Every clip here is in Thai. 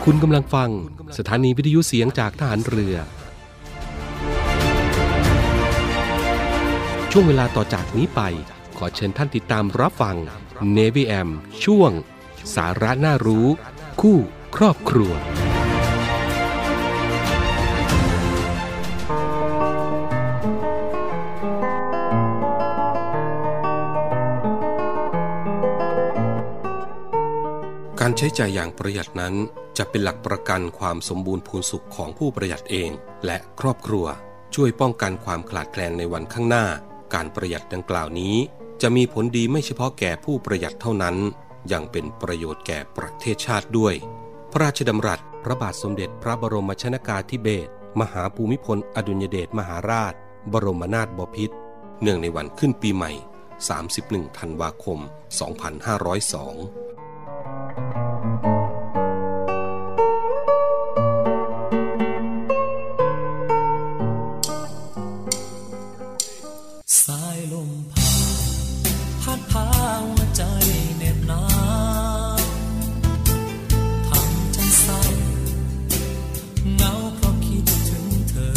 คุณกำลังฟังสถานีวิทยุเสียงจากทหารเรือช่วงเวลาต่อจากนี้ไปขอเชิญท่านติดตามรับฟัง Navy AM ช่วงสาระน่ารู้คู่ครอบครัวการใช้จ่ายอย่างประหยัดนั้นจะเป็นหลักประกันความสมบูรณ์พูนสุขของผู้ประหยัดเองและครอบครัวช่วยป้องกันความขาดแคลนในวันข้างหน้าการประหยัดดังกล่าวนี้จะมีผลดีไม่เฉพาะแก่ผู้ประหยัดเท่านั้นยังเป็นประโยชน์แก่ประเทศชาติด้วยพระราชดำรัสพระบาทสมเด็จพระบรมชนกาธิเบศรมหาภูมิพลอดุลยเดชมหาราชบรมนาถบพิตรเนื่องในวันขึ้นปีใหม่31ธันวาคม2502 สายลมพัดพาหัวใจเหน็บหนาวทำฉันเศร้าเหงาเพราะคิดถึงเธอ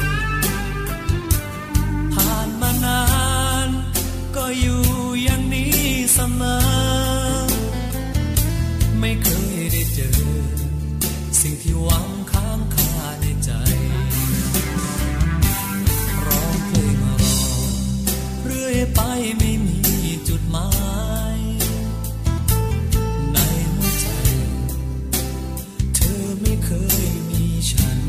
ผ่านมานานก็อยู่อย่างนี้เสมอไม่เคยได้เจอสิ่งที่หวังค้างคาในใจไปไม่มีจุดหมายในหัวใจเธอไม่เคยมีฉัน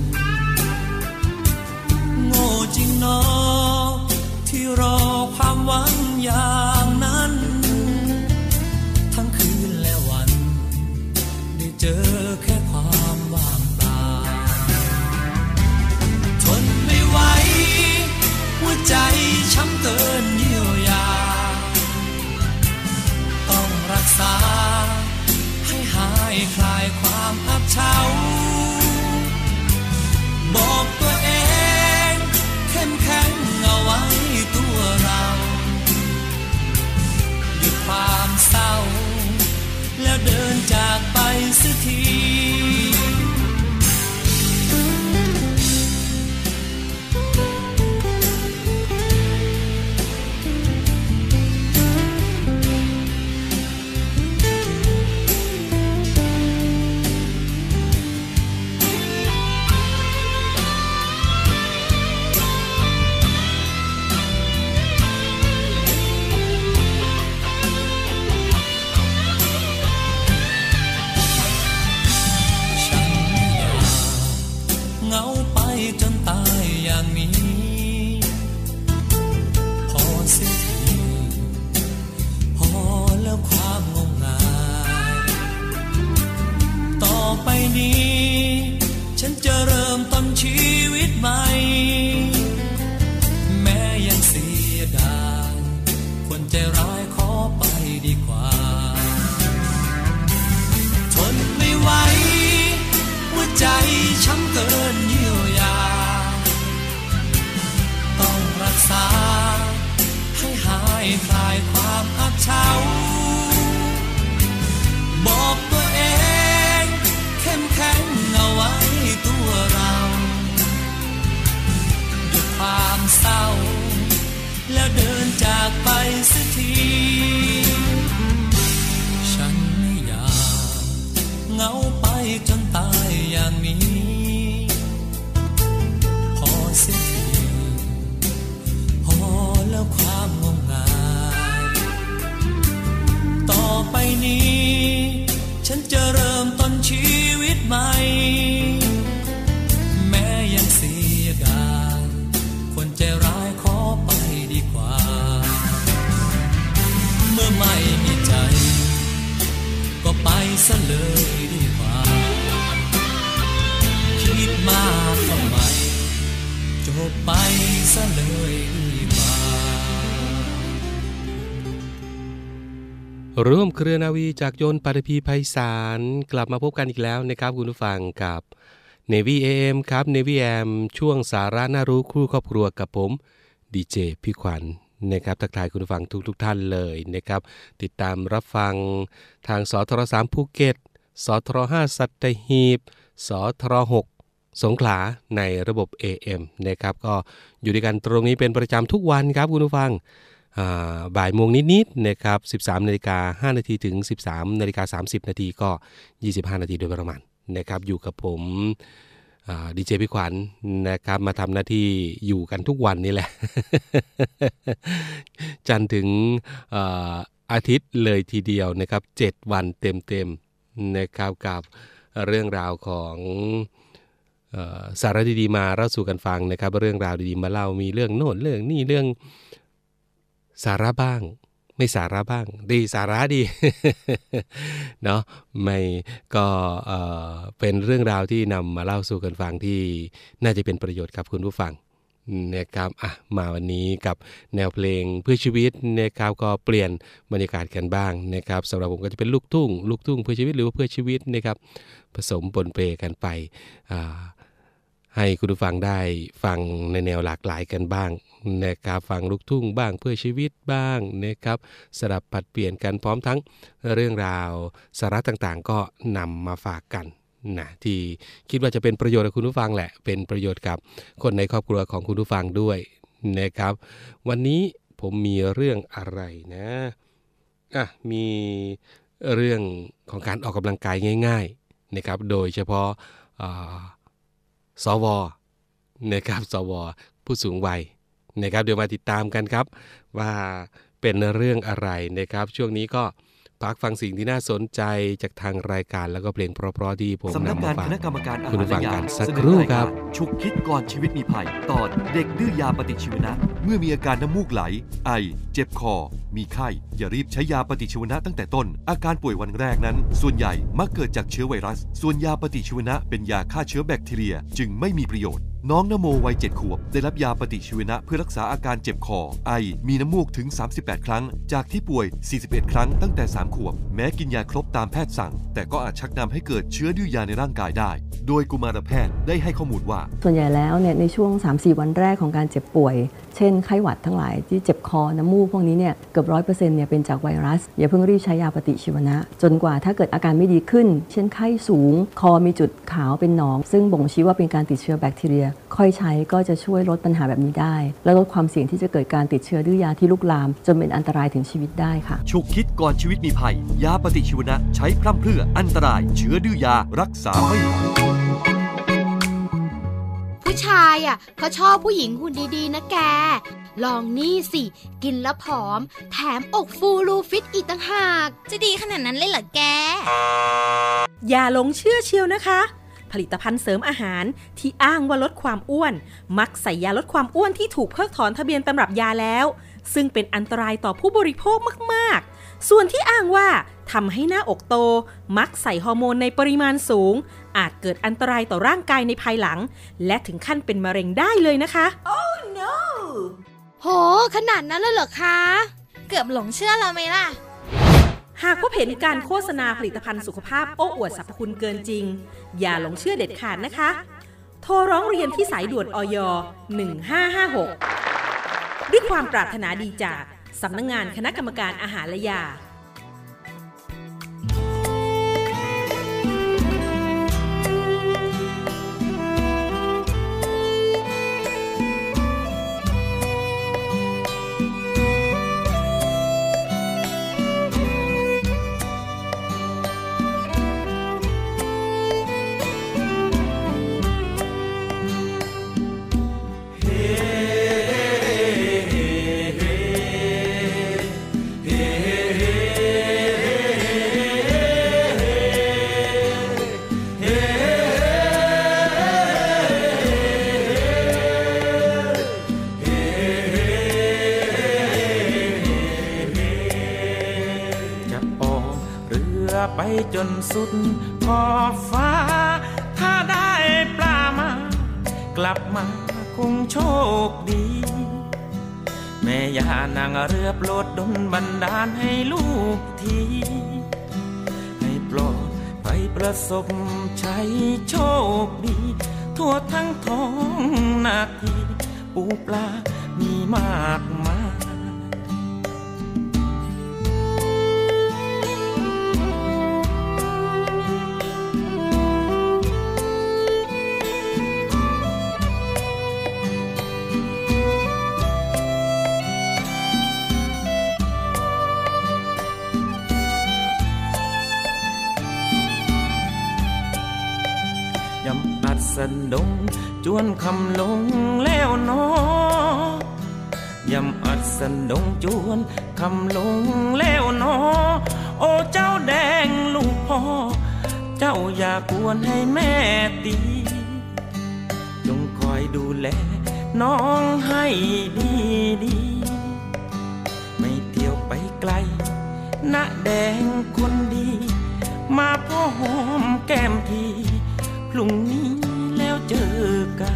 โง่จริงหนอที่รอความหวังอย่างนั้นทั้งคืนและวันได้เจอแค่ความว่างเปล่าทนไม่ไหวหัวใจช้ำเกินเยียวยาต้องรักษาให้หายคลายความอับเฉาบอกตัวเองเข้มแข็งเอาไว้ตัวเราหยุดความเศร้าแล้วเดินจากไปสักทีจนตายอย่างนี้พอเสียทีพอแล้วความงมงายต่อไปนี้ฉันจะเริ่มต้นชีวิตใหม่แม้ยังเสียดายคนใจร้ายขอไปดีกว่าทนไม่ไหวหัวใจช้ำเกินเยียวยาต้องรักษาให้หายคลายความอับเฉาบอกตัวเองเข้มแข็งเอาไว้ตัวเราหยุดความเศร้าแล้วเดินจากไปสักทีฉันไม่อยากเหงาไปจนตายอย่างนี้พอเสียทีพอแล้วความงมงายต่อไปนี้ฉันจะเริ่มต้นชีวิตใหม่แม้ยังเสียดายคนใจร้ายขอไปดีกว่าเมื่อไม่มีใจก็ไปซะเลยดีกว่าคิดมากทำไมจบไปซะเลยดีกว่าร่วมเครือนาวีจากยนต์ปฐพีไพศาลกลับมาพบกันอีกแล้วนะครับคุณผู้ฟังกับ Navy AM ครับ Navy AM ช่วงสาระน่ารู้คู่ครอบครัวกับผมดีเจพี่ขวัญ นะครับทักทายคุณผู้ฟังทุกท่านเลยนะครับติดตามรับฟังทางสทร3ภูเก็ตสทร5สัตหีบสทร6สงขลาในระบบ AM นะครับก็อยู่ด้วยกันตรงนี้เป็นประจำทุกวันครับคุณผู้ฟังบ่ายโมงนิดๆนะครับ 13:05 นาทีถึง 13:30 นาทีก็25นาทีโดยประมาณนะครับอยู่กับผมดีเจพี่ขวัญนะครับมาทำหน้าที่อยู่กันทุกวันนี่แหละ จันทร์ถึงอาทิตย์เลยทีเดียวนะครับ7วันเต็มๆนะครับกับเรื่องราวของสาระดีๆมาเล่าสู่กันฟังนะครับเรื่องราวดีๆมาเล่ามีเรื่องโน่นเรื่องนี่เรื่องสาระบ้างไม่สาระบ้างดีสาระดี เนาะไม่ก็เป็นเรื่องราวที่นำมาเล่าสู่กันฟังที่น่าจะเป็นประโยชน์กับคุณผู้ฟังนะครับมาวันนี้กับแนวเพลงเพื่อชีวิตนะครับก็เปลี่ยนบรรยากาศกันบ้างนะครับสำหรับผมก็จะเป็นลูกทุ่งเพื่อชีวิตหรือว่าเพื่อชีวิตนะครับผสมปนเปกันไปให้คุณผู้ฟังได้ฟังในแนวหลากหลายกันบ้างนะครับฟังลูกทุ่งบ้างเพื่อชีวิตบ้างนะครับสลับผัดเปลี่ยนกันพร้อมทั้งเรื่องราวสาระต่างๆก็นำมาฝากกันนะที่คิดว่าจะเป็นประโยชน์กับคุณผู้ฟังแหละเป็นประโยชน์กับคนในครอบครัวของคุณผู้ฟังด้วยนะครับวันนี้ผมมีเรื่องอะไรนะมีเรื่องของการออกกำลังกายง่ายๆนะครับโดยเฉพาะสวนะครับสวผู้สูงวัยนะครับเดี๋ยวมาติดตามกันครับว่าเป็นเรื่องอะไรนะครับช่วงนี้ก็พักฟังสิ่งที่น่าสนใจจากทางรายการแล้วก็เพลงเพราะๆที่ผมนำมาฝากคุณผู้ฟังกันสักครู่ครับฉุกคิดก่อนชีวิตมีภัยตอนเด็กดื้อยาปฏิชีวนะเมื่อมีอาการน้ำมูกไหลไอเจ็บคอมีไข้อย่ารีบใช้ยาปฏิชีวนะตั้งแต่ต้นอาการป่วยวันแรกนั้นส่วนใหญ่มักเกิดจากเชื้อไวรัสส่วนยาปฏิชีวนะเป็นยาฆ่าเชื้อแบคทีเรียจึงไม่มีประโยชน์น้องนโมวัย7 ขวบได้รับยาปฏิชีวนะเพื่อรักษาอาการเจ็บคอไอมีน้ำมูกถึง38ครั้งจากที่ป่วย41ครั้งตั้งแต่3 ขวบแม้กินยาครบตามแพทย์สั่งแต่ก็อาจชักนำให้เกิดเชื้อดื้อยาในร่างกายได้โดยกุมารแพทย์ได้ให้ข้อมูลว่าส่วนใหญ่แล้วเนี่ยในช่วง 3-4 วันแรกของการเจ็บป่วยเช่นไข้หวัดทั้งหลายที่เจ็บคอน้ำมูกพวกนี้เนี่ยเกือบ 100% เนี่ยเป็นจากไวรัสอย่าเพิ่งรีบใช้ยาปฏิชีวนะจนกว่าถ้าเกิดอาการไม่ดีขึ้นเช่นไข้สูงคอมีจุดขาวเป็นหนองซึ่งบ่งชี้ว่าเป็นการติดเชื้อแบคทีเรียค่อยใช้ก็จะช่วยลดปัญหาแบบนี้ได้และลดความเสี่ยงที่จะเกิดการติดเชื้อดื้อยาที่ลุกลามจนเป็นอันตรายถึงชีวิตได้ค่ะฉุกคิดก่อนชีวิตมีภัยยาปฏิชีวนะใช้พร่ำเพรื่ออันตรายเชื้อดื้อยารักษาไม่ไหวผู้ชายเขาชอบผู้หญิงหุ่นดีๆนะแกลองนี่สิกินแล้วผอมแถมอกฟูรูฟิตอีกต่างหากจะดีขนาดนั้นเลยเหรอแกอย่าหลงเชื่อเชียวนะคะผลิตภัณฑ์เสริมอาหารที่อ้างว่าลดความอ้วนมักใส่ยาลดความอ้วนที่ถูกเพิกถอนทะเบียนตำรับยาแล้วซึ่งเป็นอันตรายต่อผู้บริโภคมากๆส่วนที่อ้างว่าทำให้หน้าอกโตมักใส่ฮอร์โมนในปริมาณสูงอาจเกิดอันตรายต่อร่างกายในภายหลังและถึงขั้นเป็นมะเร็งได้เลยนะคะ Oh no โหขนาดนั้นเลยเหรอคะเกือบหลงเชื่อเราไหมล่ะหากพบเห็นการโฆษณาผลิตภัณฑ์สุขภาพโอ้อวดสรรพคุณเกินจริงอย่าหลงเชื่อเด็ดขาดนะคะโทรร้องเรียนที่สายด่วนอย 1556ด้วยความปรารถนาดีจากสำนักงานคณะกรรมการอาหารและยาไปจนสุดขอบฟ้าถ้าได้ปลามากลับมาคงโชคดีแม่ย่านางเรือโปรดดลบันดาลให้ลูกทีให้ปลอดภัยประสบชัยโชคดีทั่วทั้งท้องนาทีปูปลามีมากมายสดงจวนคำลงแล้วเนาะยำอัดสดงจวนคำลงแล้วเนาะโอ้เจ้าแดงลูกพ่อเจ้าอย่ากวนให้แม่ตีจงคอยดูแลน้องให้ดีๆไม่เที่ยวไปไกลณแดงคนดีมาพ่อหอมแก้มทีพรุ่งนี้แล้วเจอกัน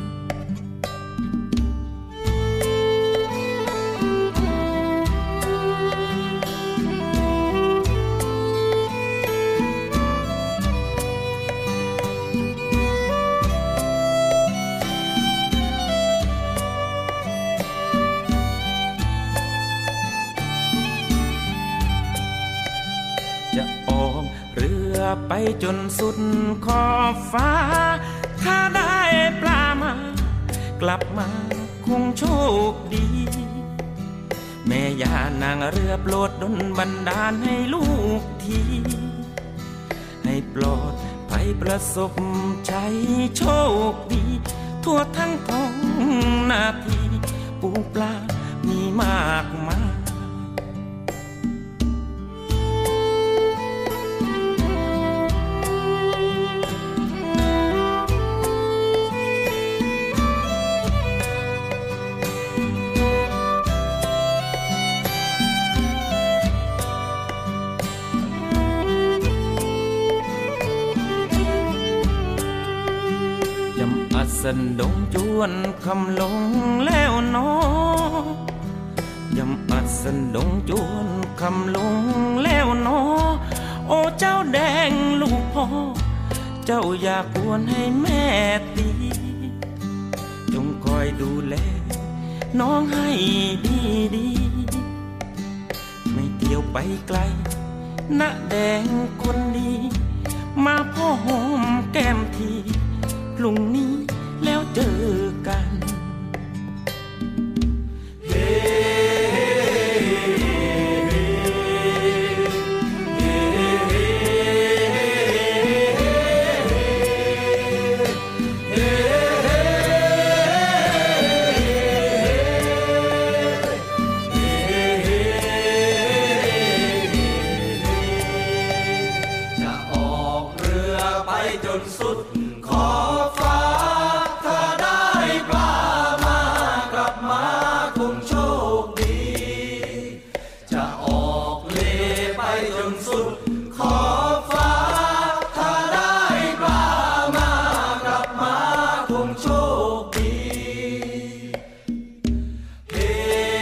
ไปจนสุดขอบฟ้าถ้าได้ปลามากลับมาคงโชคดีแม่ย่านางเรือโปรดดลบันดาลให้ลูกทีให้ปลอดภัยประสบชัยโชคดีทั่วทั้งท้องนาทีปูปลามีมากมายสดงจวนคำลงแล้วเนาะยำอัดสดงจวนคำลงแล้วเนาะโอ้เจ้าแดงลูกพ่อเจ้าอย่ากวนให้แม่ตีจงคอยดูแลน้องให้ดีๆไม่เที่ยวไปไกลณแดงคนดีมาพ่อหอมแก้มทีพรุ่งนี้แล้วเจอกันจะออกเรือไปจนสุดขอบฟ้าถ้าได้ปลามากลับมาคงโชคดีจะออกเลไปจนสุดขอบฟ้าถ้าได้ปลามากลับมาคงโชคดีเฮ้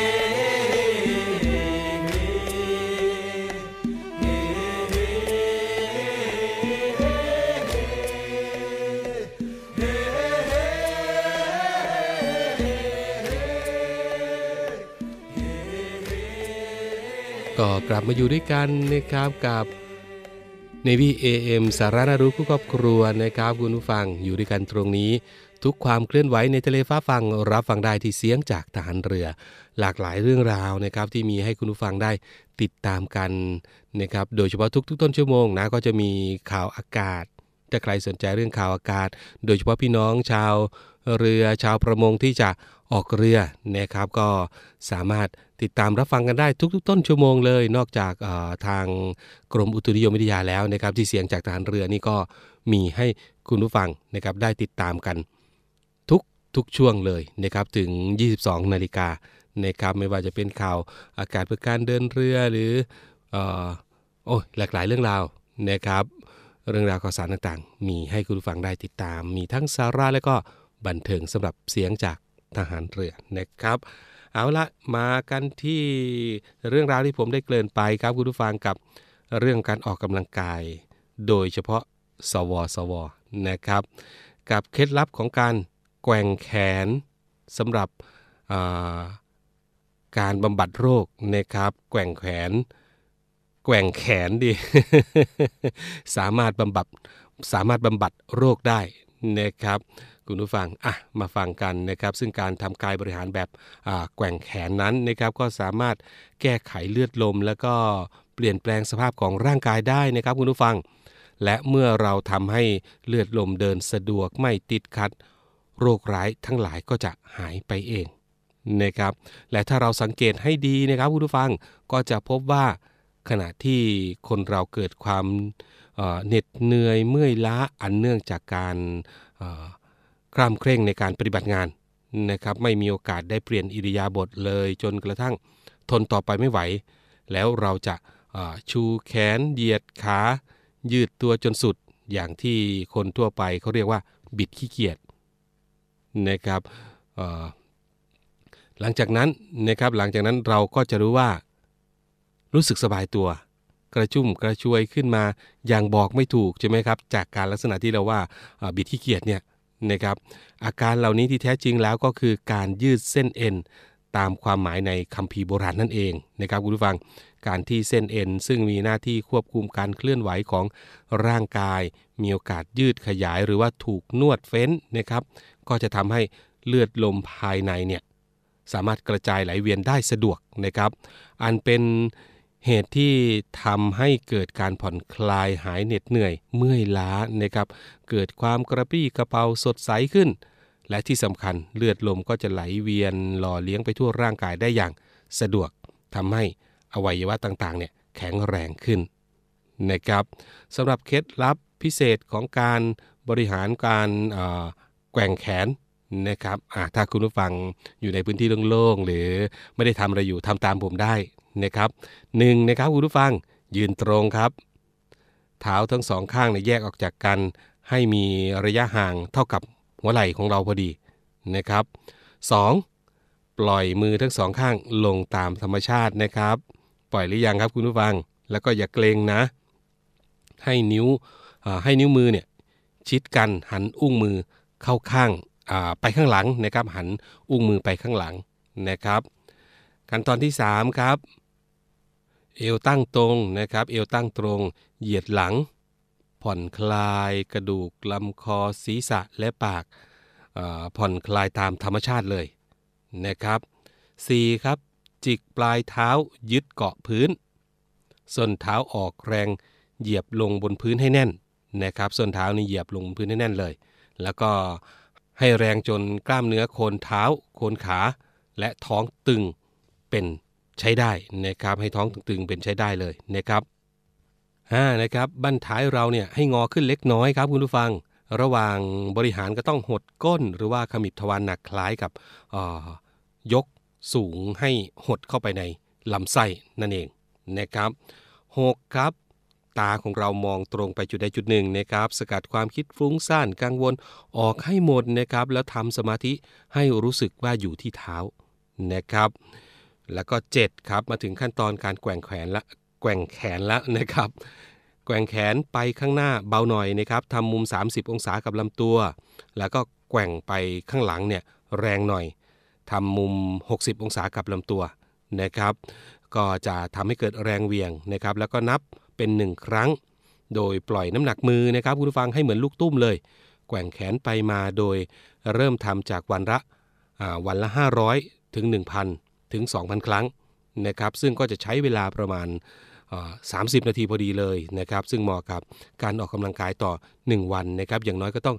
ก็กลับมาอยู่ด้วยกันนะครับกับ Navy AM สาระน่ารู้คู่ครอบครัวนะครับคุณผู้ฟังอยู่ด้วยกันตรงนี้ทุกความเคลื่อนไหวในทะเลฟ้าฟังรับฟังได้ที่เสียงจากทหารเรือหลากหลายเรื่องราวนะครับที่มีให้คุณผู้ฟังได้ติดตามกันนะครับโดยเฉพาะทุกต้นชั่วโมงนะก็จะมีข่าวอากาศถ้าใครสนใจเรื่องข่าวอากาศโดยเฉพาะพี่น้องชาวเรือชาวประมงที่จะออกเรือนะครับก็สามารถติดตามรับฟังกันได้ทุกต้นชั่วโมงเลยนอกจากทางกรมอุตุนิยมวิทยาแล้วนะครับที่เสียงจากทหารเรือนี่ก็มีให้คุณผู้ฟังนะครับได้ติดตามกันทุกช่วงเลยนะครับถึง 22 นาฬิกานะครับไม่ว่าจะเป็นข่าวอากาศเพื่อการเดินเรือหรือหลากหลายเรื่องราวนะครับเรื่องราวข่าวสารต่างๆมีให้คุณผู้ฟังได้ติดตามมีทั้งสาระและก็บันเทิงสำหรับเสียงจากทหารเรือนะครับเอาละมากันที่เรื่องราวที่ผมได้เกริ่นไปครับคุณผู้ฟังกับเรื่องการออกกำลังกายโดยเฉพาะสวนะครับกับเคล็ดลับของการแกว่งแขนสำหรับการบำบัดโรคนะครับแกว่งแขนดี สามารถบำบัดโรคได้นะครับคุณผู้ฟังมาฟังกันนะครับซึ่งการทำกายบริหารแบบแกว่งแขนนั้นนะครับก็สามารถแก้ไขเลือดลมแล้วก็เปลี่ยนแปลงสภาพของร่างกายได้นะครับคุณผู้ฟังและเมื่อเราทำให้เลือดลมเดินสะดวกไม่ติดขัดโรคร้ายทั้งหลายก็จะหายไปเองนะครับและถ้าเราสังเกตให้ดีนะครับคุณผู้ฟังก็จะพบว่าขณะที่คนเราเกิดความเหน็ดเหนื่อยเมื่อยล้าอันเนื่องจากการกล้ามเคร่งในการปฏิบัติงานนะครับไม่มีโอกาสได้เปลี่ยนอิริยาบถเลยจนกระทั่งทนต่อไปไม่ไหวแล้วเราจะชูแขนเหยียดขายืดตัวจนสุดอย่างที่คนทั่วไปเขาเรียกว่าบิดขี้เกียจนะครับหลังจากนั้นเราก็จะรู้ว่ารู้สึกสบายตัวกระชุ่มกระชวยขึ้นมาอย่างบอกไม่ถูกใช่ไหมครับจากการลักษณะที่เราว่าบิดขี้เกียจเนี่ยนะครับอาการเหล่านี้ที่แท้จริงแล้วก็คือการยืดเส้นเอ็นตามความหมายในคัมภีร์โบราณนั่นเองนะครับคุณผู้ฟังการที่เส้นเอ็นซึ่งมีหน้าที่ควบคุมการเคลื่อนไหวของร่างกายมีโอกาสยืดขยายหรือว่าถูกนวดเฟ้นนะครับก็จะทำให้เลือดลมภายในเนี่ยสามารถกระจายไหลเวียนได้สะดวกนะครับอันเป็นเหตุที่ทำให้เกิดการผ่อนคลายหายเหน็ดเหนื่อยเมื่อยล้านะครับเกิดความกระปรี้กระเปาสดใสขึ้นและที่สำคัญเลือดลมก็จะไหลเวียนหล่อเลี้ยงไปทั่วร่างกายได้อย่างสะดวกทำให้อวัยวะต่างๆเนี่ยแข็งแรงขึ้นนะครับสำหรับเคล็ดลับพิเศษของการบริหารการแกว่งแขนนะครับถ้าคุณผู้ฟังอยู่ในพื้นที่โล่งๆหรือไม่ได้ทำอะไรอยู่ทำตามผมได้นะครับ1นะครับคุณผู้ฟังยืนตรงครับเท้าทั้งสองข้างเนี่ยแยกออกจากกันให้มีระยะห่างเท่ากับหัวไหล่ของเราพอดีนะครับ2ปล่อยมือทั้งสองข้างลงตามธรรมชาตินะครับปล่อยหรือยังครับคุณผู้ฟังแล้วก็อย่าเกรงนะให้นิ้วมือเนี่ยชิดกันหันอุ้งมือเข้าข้างไปข้างหลังนะครับหันอุ้งมือไปข้างหลังนะครับขั้นตอนที่3ครับเอวตั้งตรงนะครับเอวตั้งตรงเหยียดหลังผ่อนคลายกระดูกลำคอศีรษะและปากผ่อนคลายตามธรรมชาติเลยนะครับ4ครับจิกปลายเท้ายึดเกาะพื้นส้นเท้าออกแรงเหยียบลงบนพื้นให้แน่นนะครับส้นเท้านี่เหยียบลงบนพื้นให้แน่นเลยแล้วก็ให้แรงจนกล้ามเนื้อโคนเท้าโคนขาและท้องตึงเป็นใช้ได้นะครับให้ท้องตึงๆเป็นใช้ได้เลยนะครับนะครับบั้นท้ายเราเนี่ยให้งอขึ้นเล็กน้อยครับคุณผู้ฟังระหว่างบริหารก็ต้องหดก้นหรือว่าขมิบทวารหนักคล้ายกับยกสูงให้หดเข้าไปในลำไส้นั่นเองนะครับ6ครับตาของเรามองตรงไปจุดใดจุดหนึ่งนะครับสกัดความคิดฟุ้งซ่านกังวลออกให้หมดนะครับแล้วทำสมาธิให้รู้สึกว่าอยู่ที่เท้านะครับแล้วก็7ครับมาถึงขั้นตอนการแกว่งแขนแล้วนะครับแกว่งแขนไปข้างหน้าเบาหน่อยนะครับทำมุม30องศากับลำตัวแล้วก็แกว่งไปข้างหลังเนี่ยแรงหน่อยทำมุม60องศากับลำตัวนะครับก็จะทำให้เกิดแรงเหวี่ยงนะครับแล้วก็นับเป็น1ครั้งโดยปล่อยน้ำหนักมือนะครับคุณผู้ฟังให้เหมือนลูกตุ้มเลยแกว่งแขนไปมาโดยเริ่มทำจากวันละ500ถึง 1,000 ถึง 2,000 ครั้งนะครับซึ่งก็จะใช้เวลาประมาณ30นาทีพอดีเลยนะครับซึ่งเหมาะกับการออกกำลังกายต่อ1วันนะครับอย่างน้อยก็ต้อง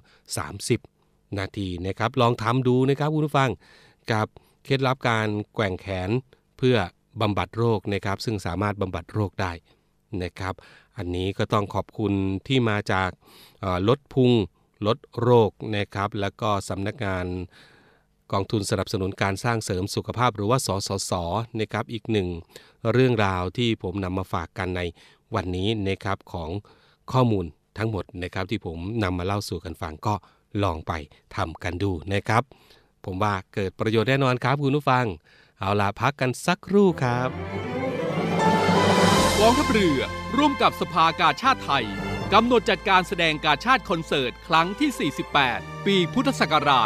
30นาทีนะครับลองทำดูนะครับคุณผู้ฟังกับเคล็ดลับการแกว่งแขนเพื่อบำบัดโรคนะครับซึ่งสามารถบำบัดโรคได้นะครับอันนี้ก็ต้องขอบคุณที่มาจากลดพุงลดโรคนะครับแล้วก็สำนักงานกองทุนสนับสนุนการสร้างเสริมสุขภาพหรือว่าสสส.นะครับอีกหนึ่งเรื่องราวที่ผมนำมาฝากกันในวันนี้นะครับของข้อมูลทั้งหมดนะครับที่ผมนำมาเล่าสู่กันฟังก็ลองไปทำกันดูนะครับผมว่าเกิดประโยชน์แน่นอนครับคุณผู้ฟังเอาล่ะพักกันสักครู่ครับกองทัพเรือร่วมกับสภากาชาดไทยกำหนดจัดการแสดงกาชาดคอนเสิร์ตครั้งที่48ปีพุทธศักราช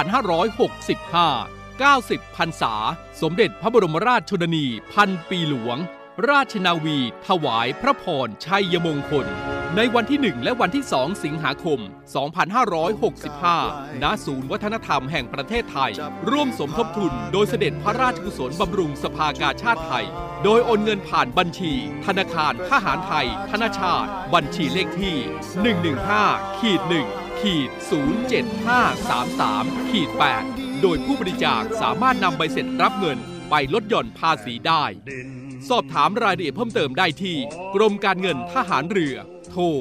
2565 90 พรรษาสมเด็จพระบรมราชชนนีพันปีหลวงราชนาวีถวายพระพรชัยมงคลในวันที่ 1 และวันที่ 2 สิงหาคม 2565 ณ ศูนย์วัฒนธรรมแห่งประเทศไทยร่วมสมทบทุนโดยเสด็จพระราชกุศลบำรุงสภากาชาดไทยโดยโอนเงินผ่านบัญชีธนาคารทหารไทยธนชาติบัญชีเลขที่ 115-1-07533-8 โดยผู้บริจาคสามารถนำใบเสร็จรับเงินไปลดหย่อนภาษีได้สอบถามรายละเอียดเพิ่มเติมได้ที่กรมการเงินทหารเรือโทร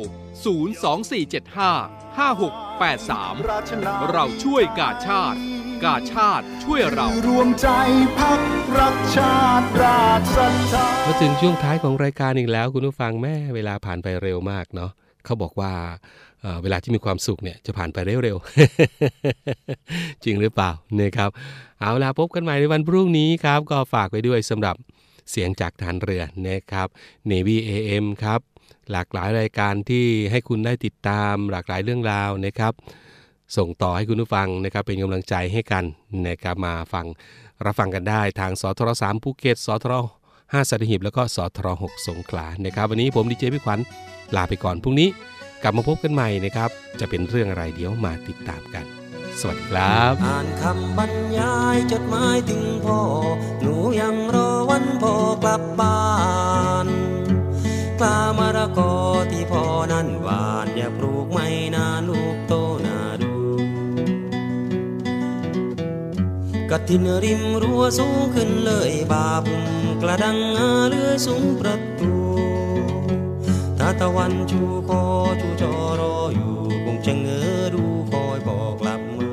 024755683 เราช่วยกาชาติกาชาติช่วยเรารวมใจพักรักชาติราชศรัทธามาถึงช่วงท้ายของรายการอีกแล้วคุณผู้ฟังแม่เวลาผ่านไปเร็วมากเนาะเขาบอกว่าเวลาที่มีความสุขเนี่ยจะผ่านไปเร็วๆ จริงหรือเปล่านะครับเอาล่ะพบกันใหม่ในวันพรุ่งนี้ครับก็ฝากไว้ด้วยสำหรับเสียงจากทหารเรือนะครับ Navy AM ครับหลากหลายรายการที่ให้คุณได้ติดตามหลากหลายเรื่องราวนะครับส่งต่อให้คุณผู้ฟังนะครับเป็นกำลังใจให้กันนะครับมารับฟังกันได้ทางสทร3ภูเก็ตสทร5สัตหีบแล้วก็สทร6สงขลานะครับวันนี้ผมดีเจพี่ขวัญลาไปก่อนพรุ่งนี้กลับมาพบกันใหม่นะครับจะเป็นเรื่องอะไรเดี๋ยวมาติดตามกันสวัสดีครับอ่านคำบรรยายจดหมายถึงพ่อหนูยังรอวันพ่อกลับบ้านกล้ามะละกอที่พ่อนั้นหวานอย่าปลูกไม่นานลูกโตน่าดูกฐินริมรั้วสูงขึ้นเลยบาบุมกระดังเลื่อยสูงประตูถ้าตะวันชูคอชูจอรออยู่คงจะเงอดูคอยบอกกลับมา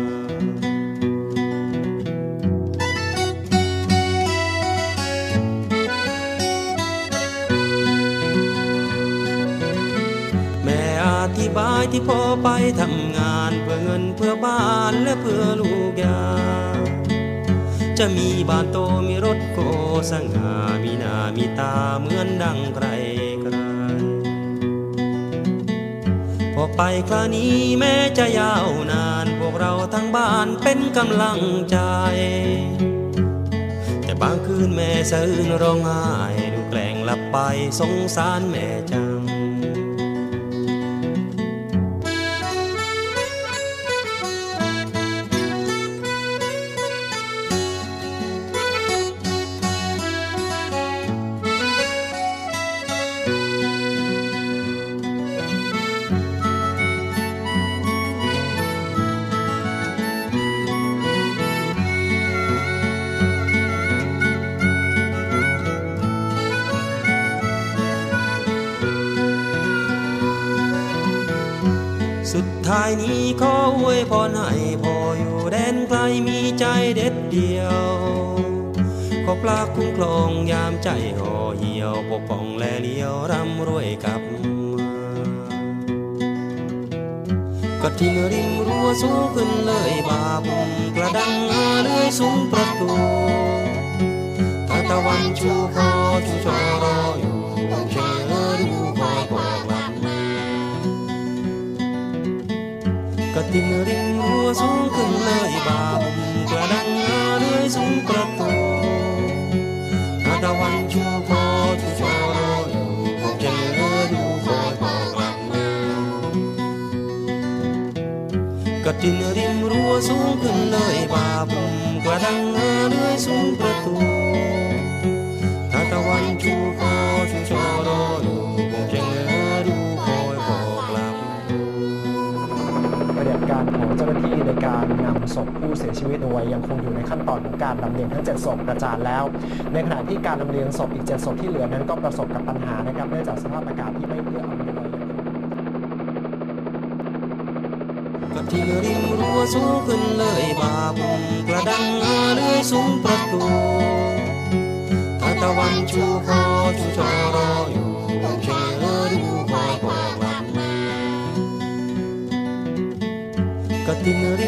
แม่อธิบายที่พ่อไปทำงานเพื่อเงินเพื่อบ้านและเพื่อลูกยาจะมีบ้านโตมีรถโกสง่ามีหน้ามีตาเหมือนดังใครพอไปคราวนี้แม้จะยาวนานพวกเราทั้งบ้านเป็นกำลังใจแต่บางคืนแม่สะอื้นร้องไห้ดูแกล้งหลับไปสงสารแม่จังสุดท้ายนี้ขออวยพรให้พ่ออยู่แดนไกลมีใจเด็ดเดียวขอปลาคุ้มครองยามใจห่อเหี่ยวปกป้องและเลี้ยวร่ำรวยกับกฐินริมรั้วสูงขึ้นเลยบาบุมกระดังเลื่อยสูงประตูถ้าตะวันชูคอชูจอรออยู่เชื่อดูคอยบอกหลับกฐินริมรั้วสูงขึ้นเลยบาบุมกระดังเลื่อยสูงประตูถ้าตะวันชูคอชูจอรออยู่เชื่อดูคอยบอกหลับกฐินริมรั้วสูงขึ้นเลยบาบุมกระดังเลื่อยสูงประตูถ้าตะวันชูคอชูจอรออยู่เชื่อดูคอยบอกหลับปฏิบัติการของเจ้าหน้าที่ในการนำศพผู้เสียชีวิตเอาไว้ยังคงอยู่ในขั้นตอนของการลำเลียงทั้ง7ศพกระจายแล้วในขณะที่การลำเลียงศพอีก7ศพที่เหลือนั้นก็ประสบกับปัญหานะครับเนื่องจากสภาพอากาศที่ไม่เอื้ออำนวยกฐินริมรั้วสูงขึ้นเลยบาบุมกระดังเลื่อยสูงประตูถ้าตะวันชูคอชูจอรออยู่เชื่อดูคอยบอกหลับกฐินริ